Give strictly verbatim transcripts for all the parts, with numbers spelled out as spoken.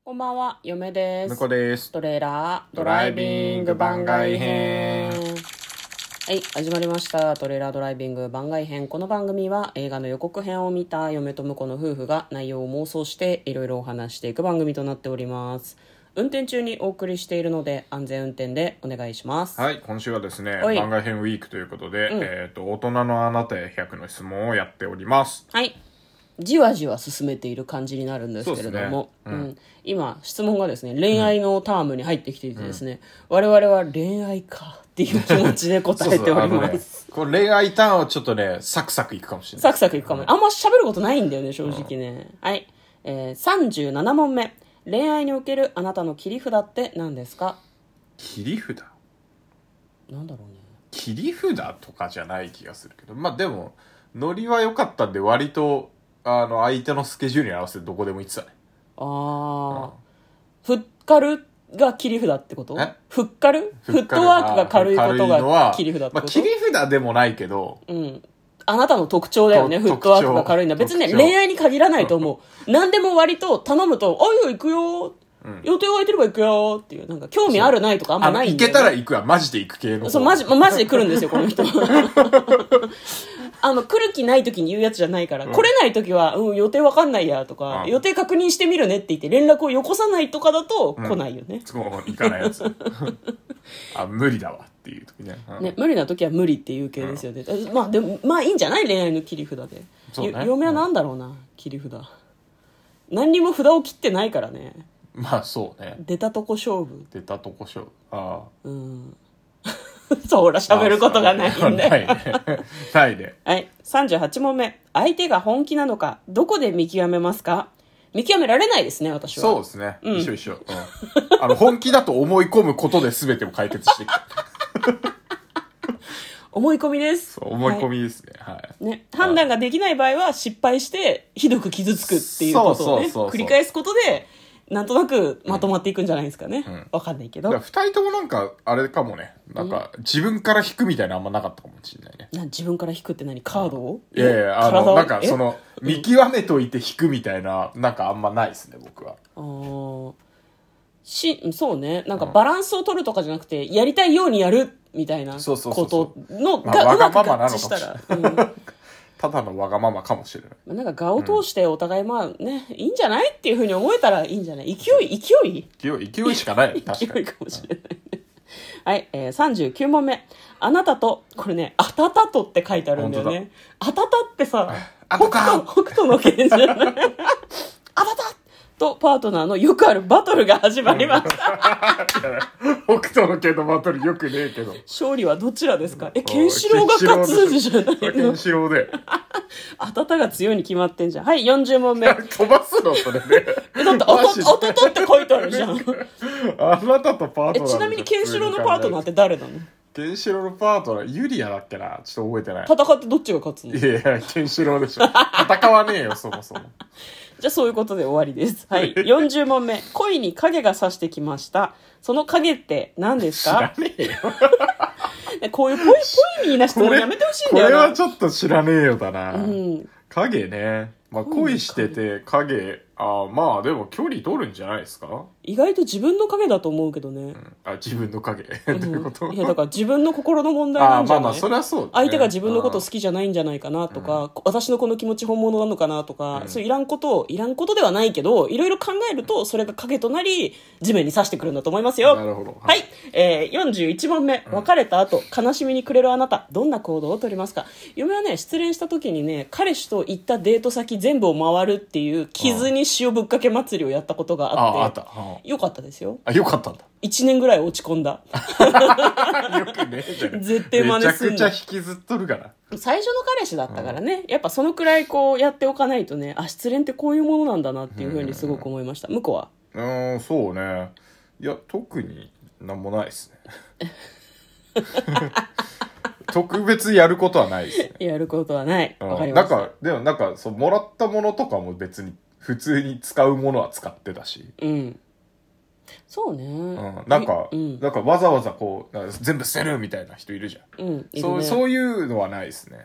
こんばんは、嫁です。 向こうです。 トレーラードライビング番外編。はい、始まりました。トレーラードライビング番外編。この番組は映画の予告編を見た嫁と婿の夫婦が内容を妄想していろいろお話していく番組となっております。運転中にお送りしているので安全運転でお願いします。 はい、今週はですね、 はい番外編ウィークということで、 うんえっ、と、大人のあなたへひゃくの質問をやっております。 はい。じわじわ進めている感じになるんですけれども、 そうですねうんうん、今質問がですね恋愛のタームに入ってきていてですね、うん、我々は恋愛かっていう気持ちで答えております。 そうそう、ね、これ恋愛ターンはちょっとねサクサクいくかもしれない。 サクサクいくかも、ね、あんま喋ることないんだよね正直ね、うん、はい、えー、さんじゅうななもんめ。恋愛におけるあなたの切り札って何ですか？ 切り札なんだろうね。 切り札とかじゃない気がするけど、まあでもノリは良かったんで割とあの相手のスケジュールに合わせてどこでも行ってたね。 ああ、 うん、 フッカルが切り札ってこと？フッカルフットワークが軽いことが切り札ってこと？ まあ、切り札でもないけど、 うん、あなたの特徴だよね。フットワークが軽いのは別にね恋愛に限らないと思う。何でも割と頼むと「あいよ行くよ」うん、予定が空いてれば行くよっていう、なんか興味あるないとかあんまないんで、ね、 行けたら行くわ、マジで行く系の。 そう、マジ、マジで来るんですよ、この人。あの、来る気ない時に言うやつじゃないから、うん、来れない時は、うん、予定わかんないやとか、うん、予定確認してみるねって言って連絡をよこさないとかだと来ないよね。 そう、うん、行かないやつ。あ、無理だわっていう時ね。 うん、ね、無理な時は無理っていう系ですよね。うん、まあ、でも、まあいいんじゃない恋愛の切り札で。そうね、嫁はなんだろうな、うん、切り札。何にも札を切ってないからね。 まあそうね。 出たとこ勝負。 出たとこ勝負。ああ。 うん。そうら、喋ることがないんで。 ないね。ないね。 はい。さんじゅうはちもんめ。相手が本気なのか、どこで見極めますか？見極められないですね、私は。 そうですね。うん、一緒一緒。うん、あの、本気だと思い込むことで全てを解決していく。 思い込みです。 そう、思い込みですね。はい。はい、 ね。判断ができない場合は失敗して、ひどく傷つくっていうことをね、繰り返すことで、なんとなくまとまっていくんじゃないですかね。うん、わかんないけど。 二人ともなんか、あれかもね。なんか、自分から引くみたいなのあんまなかったかもしれないね。 な自分から引くって何？カードを？ いやいや、あの、なんかその、見極めといて引くみたいな、なんかあんまないですね、僕は。 あーし、そうね。なんかバランスを取るとかじゃなくて、やりたいようにやるみたいなことのがうまく合致したら。 ただのわがままかもしれない。 なんか我を通してお互いまあね、いいんじゃないっていうふうに思えたらいいんじゃない？勢い勢い勢い勢いしかない。 勢いかもしれないね。はい、えー、さんじゅうきゅうもんめ。あなたと、これね、あたたとって書いてあるんだよね。あたたってさ、北斗、北斗の拳じゃないあたたとパートナーのよくあるバトルが始まりました。 北斗の拳のバトルよくねえけど。 勝利はどちらですか？え、ケンシロウが勝つじゃないの？ ケンシロウで。 あたたが強いに決まってんじゃん。はい、よんじゅうもんめ。 飛ばすのそれで。 え、だって、あた、あたたって書いてあるじゃん。 あなたとパートナー。 え、ちなみにケンシロウのパートナーって誰なの？ ケンシロウのパートナー、ユリアだっけな？ちょっと覚えてない。 戦ってどっちが勝つの？ いやいや、ケンシロウでしょ。戦わねえよ、そもそも。 じゃあそういうことで終わりです。はい。よんじゅうもんめ。恋に影が差してきました。その影って何ですか？ 知らねえよ。 こういうポイ、ポイミーな質問やめてほしいんだよな。 これはちょっと知らねえよだな。 うん。 影ね。まあ恋してて影、あまあでも距離取るんじゃないですか？ 意外と自分の影だと思うけどね。 うん、あ、自分の影どういうこと？ いやだから自分の心の問題なんじゃない？ あまあまあそれはそう、ね、 相手が自分のこと好きじゃないんじゃないかなとか、うん、私のこの気持ち本物なのかなとか、うん、そういういらんことをいらんことではないけどいろいろ考えるとそれが影となり地面に刺してくるんだと思いますよ。 なるほど。 はい、はい、えー、よんじゅういちもんめ。別れた後悲しみに暮れるあなたどんな行動を取りますか？嫁はね失恋した時にね彼氏と行ったデート先全部を回るっていう傷に塩ぶっかけ祭りをやったことがあって、 ああったよかったですよ。 あ、よかったんだ。 いちねんぐらい落ち込んだ。 よくねえじゃん。 絶対真似すんの。 めちゃくちゃ引きずっとるから。 最初の彼氏だったからね、うん、やっぱそのくらいこうやっておかないとね、あ、失恋ってこういうものなんだなっていうふうにすごく思いました。向こうは？ うーん、そうね。いや、特になんもないですね。特別やることはないですね。 やることはない。わ、うん、かりました。 なんか、でもなんか、そう、もらったものとかも別に普通に使うものは使ってたし。 うん。そうね。 うん。なんか、うん、なんかわざわざこう、全部捨てるみたいな人いるじゃん。 うん。いるね。 そう、そういうのはないですね。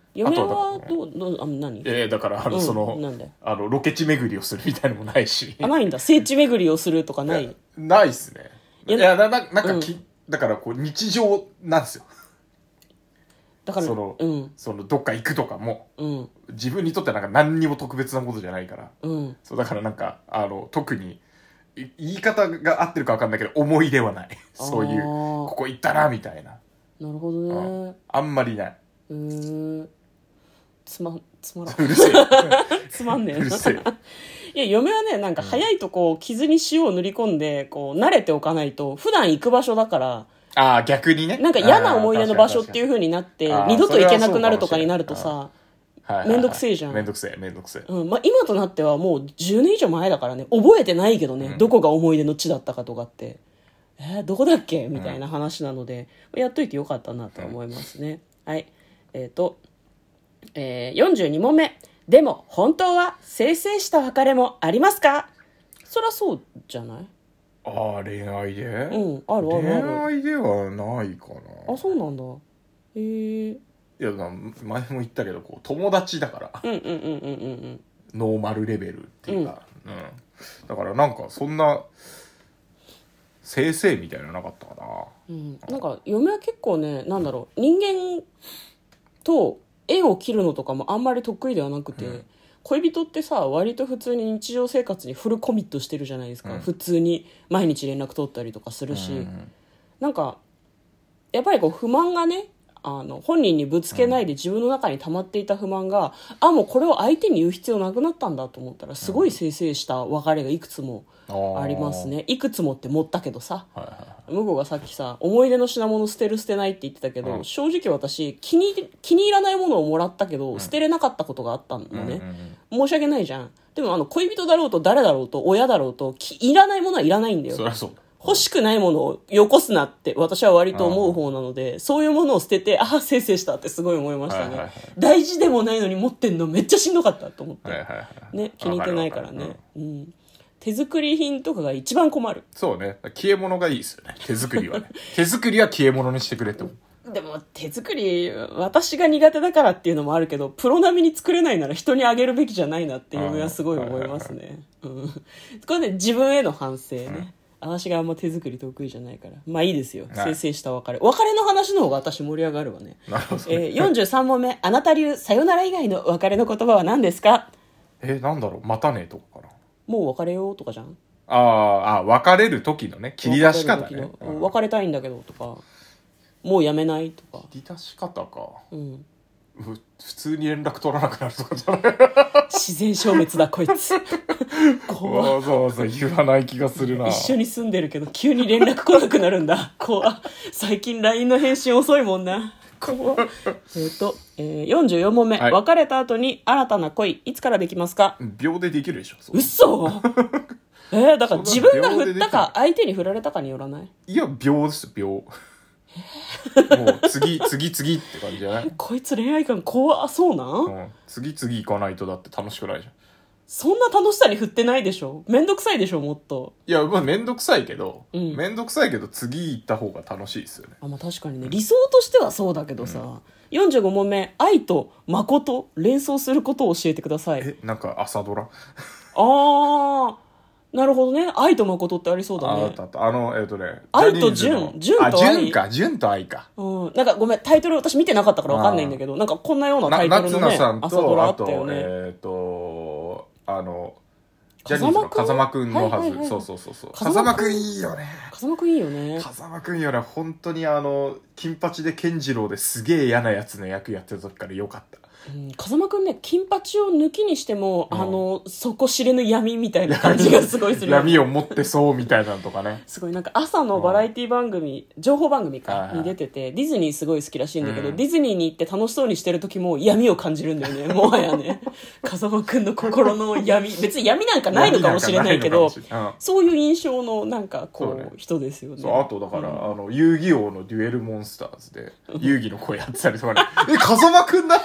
嫁あとははどうどうあ何えー、だからあの、 うんそのなんであのロケ地巡りをするみたいのもないしあないんだ聖地巡りをするとかないいないっすね。いいややなななんかき、 うんだからこう日常なんですよ。 だからその、 うんそのどっか行くとかもうん自分にとってはなんか何にも特別なことじゃないから、 うんそうだからなんかあの特にい言い方が合ってるか分かんないけど思い出はないそういうあーここ行ったなみたいな、 なるほどうんねあんまりない。 うーんつまつまらんうるせえつまんねえなうるせえいや嫁はねなんか早いとこう傷に塩を塗り込んでこう慣れておかないと普段行く場所だからああ逆にねなんか嫌な思い出の場所っていう風になってあー二度と行けなくなるとかになるとそれさはいはいはいめんどくせえじゃんめんどくせえめんどくせえ、 うんまあ、今となってはもうじゅうねん以上前だからね覚えてないけどね、 うんどこが思い出の地だったかとかってえー、どこだっけみたいな話なので、やっといてよかったなとは思いますね、はいえっ、と、えー、よんじゅうに問目でも本当は清々した別れもありますか？そりゃそうじゃない？ ああ恋愛でうんあるあるある恋愛ではないかな。 あそうなんだへえいやな前も言ったけどこう友達だからうんうんうんうんうんうんノーマルレベルっていうか、うんだからなんかそんな先生みたいなのなかったかな。 うん、なんか嫁は結構ねなんだろう人間と縁を切るのとかもあんまり得意ではなくて、 うん恋人ってさ割と普通に日常生活にフルコミットしてるじゃないですか、 うん普通に毎日連絡取ったりとかするし、 うんなんかやっぱりこう不満がねあの本人にぶつけないで自分の中に溜まっていた不満が、あもうこれを相手に言う必要なくなったんだと思ったらすごい清々した別れがいくつもありますね。いくつもって持ったけどさ、 はいはいはい向こうがさっきさ思い出の品物捨てる捨てないって言ってたけど、 うん正直私気に気に入らないものをもらったけど、捨てれなかったことがあったのね、 うんうんうん申し訳ないじゃん。でもあの恋人だろうと誰だろうと親だろうときいらないものはいらないんだよ。 そりゃそう欲しくないものをよこすなって私は割と思う方なので、そういうものを捨ててああ清々したってすごい思いましたね、 はいはいはい大事でもないのに持ってんのめっちゃしんどかったと思って、 はいはいはいね、気に入ってないからねわるわる、 うん、手作り品とかが一番困る。 そうね消え物がいいですよね手作りはね手作りは消え物にしてくれって思う。 でも手作り私が苦手だからっていうのもあるけどプロ並みに作れないなら人にあげるべきじゃないなっていうのはすごい思いますね、うん、これね自分への反省ね、うん私があんま手作り得意じゃないからまあいいですよ、 はい清々した別れ別れの話の方が私盛り上がるわね。 なるほど、 えー、よんじゅうさん問目あなた流さよなら以外の別れの言葉は何ですか？ えなんだろうまたねとかかな。 もう別れようとかじゃん。 あーあ別れる時のね切り出し方別れるね、 時の別れたいんだけどとかもうやめないとか、 切り出し方かうん、 ふ普通に連絡取らなくなるとかじゃない自然消滅だこいつ怖っわざわざ言わない気がするな。 一緒に住んでるけど急に連絡来なくなるんだ怖っ最近 ライン の返信遅いもんな怖っえっと、えー、よんじゅうよん問目、 はい別れた後に新たな恋いつからできますか？ 秒でできるでしょそれ嘘えー、だから自分が振ったそんな秒でできか相手に振られたかによらない？ いや秒です秒もう次次次って感じじゃない、 こいつ恋愛感怖そうなん、 うん、次次行かないとだって楽しくないじゃん。 そんな楽しさに振ってないでしょ。めんどくさいでしょもっと。 いやまあ面倒くさいけどうん面倒、くさいけど次行った方が楽しいですよね。 あ、まあ、確かにね理想としてはそうだけどさ、うん、よんじゅうご問目愛と誠連想することを教えてください。 えなんか朝ドラあーなるほどね。愛と誠ってありそうだね。 あったあったあのえっ、ー、とね愛とジャニーズの純純と愛あ純か純と愛か。 うん、なんかごめんタイトル私見てなかったから分かんないんだけどなんかこんなようなタイトルのね夏菜さん朝ドラあとあとったよね。 えっ、ー、とあのジャニーズの風風間くんのはず、 はいはいはいそうそうそうそう風間くん風間くんいいよね。 風間くんいいよね。 風間くんより本当にあの金八で健次郎ですげえ嫌なやつの役やってた時からよかった。 うん、風間くんね金八を抜きにしても、 うん、 あの底知れぬ闇みたいな感じがすごいする闇を持ってそうみたいなのとかねすごいなんか朝のバラエティ番組、うん、情報番組か、 はいはい、 に出ててディズニーすごい好きらしいんだけど、 うん、 ディズニーに行って楽しそうにしてる時も闇を感じるんだよねもはやね風間くんの心の闇別に闇なんかないのかもしれないけど、うん、そういう印象のなんかこう、ね、人ですよね。 そうあとだから、うん、あの遊戯王のデュエルモンスターズで遊戯の声やってたりとかねえ風間くんなのと思って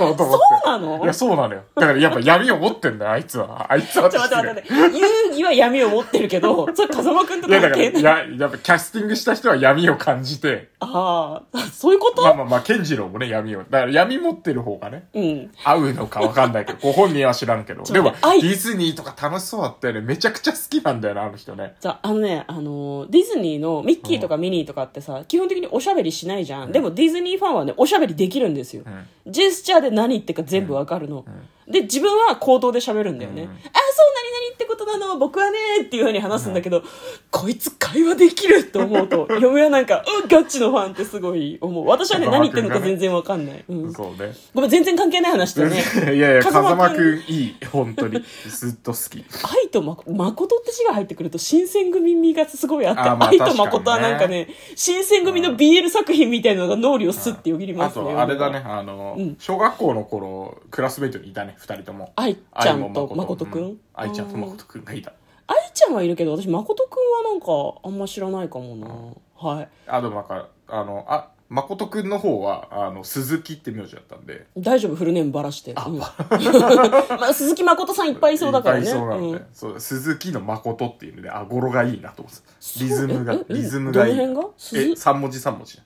そうなの？ いや、そうなのよ。だからやっぱ闇を持ってんだよ、あいつは。あいつは。 ちょっと待って待って待って。遊戯は闇を持ってるけど、それ風間くんといや、だから、 関係ない。 や、やっぱキャスティングした人は闇を感じて。 ああ、そういうこと？ まあまあまあ、健次郎もね、闇を。だから闇持ってる方がね、 うん。 合うのかわかんないけど、ご本人は知らんけど。でも、デ愛ィズニーとか楽しそうだったよね。めちゃくちゃ好きなんだよな、あの人ね。 じゃあ、あのね、あのー、ディズニーのミッキーとかミニーとかってさ、基本的におしゃべりしないじゃん。でもディズニーファンはね、おしゃべりできるんですよ。 うん。 ジェスチャーで何言ってるか全部わかるの。で、自分は口頭で喋るんだよね。 うんあ、そう、何々ってことなの、僕はね、っていう風に話すんだけど、こいつ会話できるって思うと、嫁はなんか、うん、ガチのファンってすごい思う。私はね、何言ってるのか全然わかんない。うん。 そうね。 ごめん、全然関係ない話だね。 いやいや、風間間くんいい。本当に。ずっと好き。 愛とま、誠って字が入ってくると新選組味がすごいあって、 あまあ愛と確かにね誠はなんかね、新選組の ビーエル 作品みたいなのが脳裏をスッてよぎりますね。 あと、あれだね、あの、 うん小学校の頃、クラスメイトにいたね、二人とも。 愛ちゃんと愛も誠くん、 う愛ちゃんと誠くんがいた。 愛ちゃんはいるけど、私誠くんはなんかあんま知らないかもな。はい。 あ、でもなんか、あの、あ、誠くんの方は、あの、鈴木って名字だったんで。 大丈夫、フルネームバラして。うんまあ、鈴木誠さんいっぱいいそうだからね。 いっぱいいそうなので、 うんそう、鈴木の誠っていうので、あ、語呂がいいなと思ってた。リズムがそうえ、えリズムがいいな。 どの辺が鈴え、三文字三文字。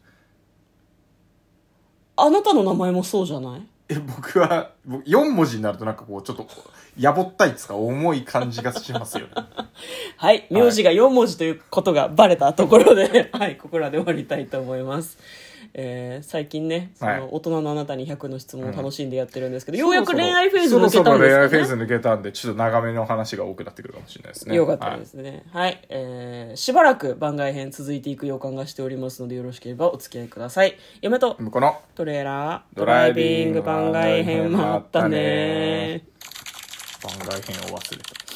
あなたの名前もそうじゃない？ え、僕は、僕よん文字になるとなんかこう、ちょっと、やぼったいっつか重い感じがしますよね。 はい。名字がよん文字ということがバレたところで、はい、ここらで終わりたいと思います。えー、最近ね、そはいの大人のあなたにひゃくの質問を楽しんでやってるんですけど、 うんようやく恋愛フェーズ抜けたんですそろそろ恋愛かね。 フェーズ抜けたんで、ちょっと長めの話が多くなってくるかもしれないですね。 よかったですね。はい、えー、しばらく番外編続いていく予感がしておりますので、よろしければお付き合いください。嫁と向こうのトレーラードライビング番外編もあったね。 番外編を忘れた。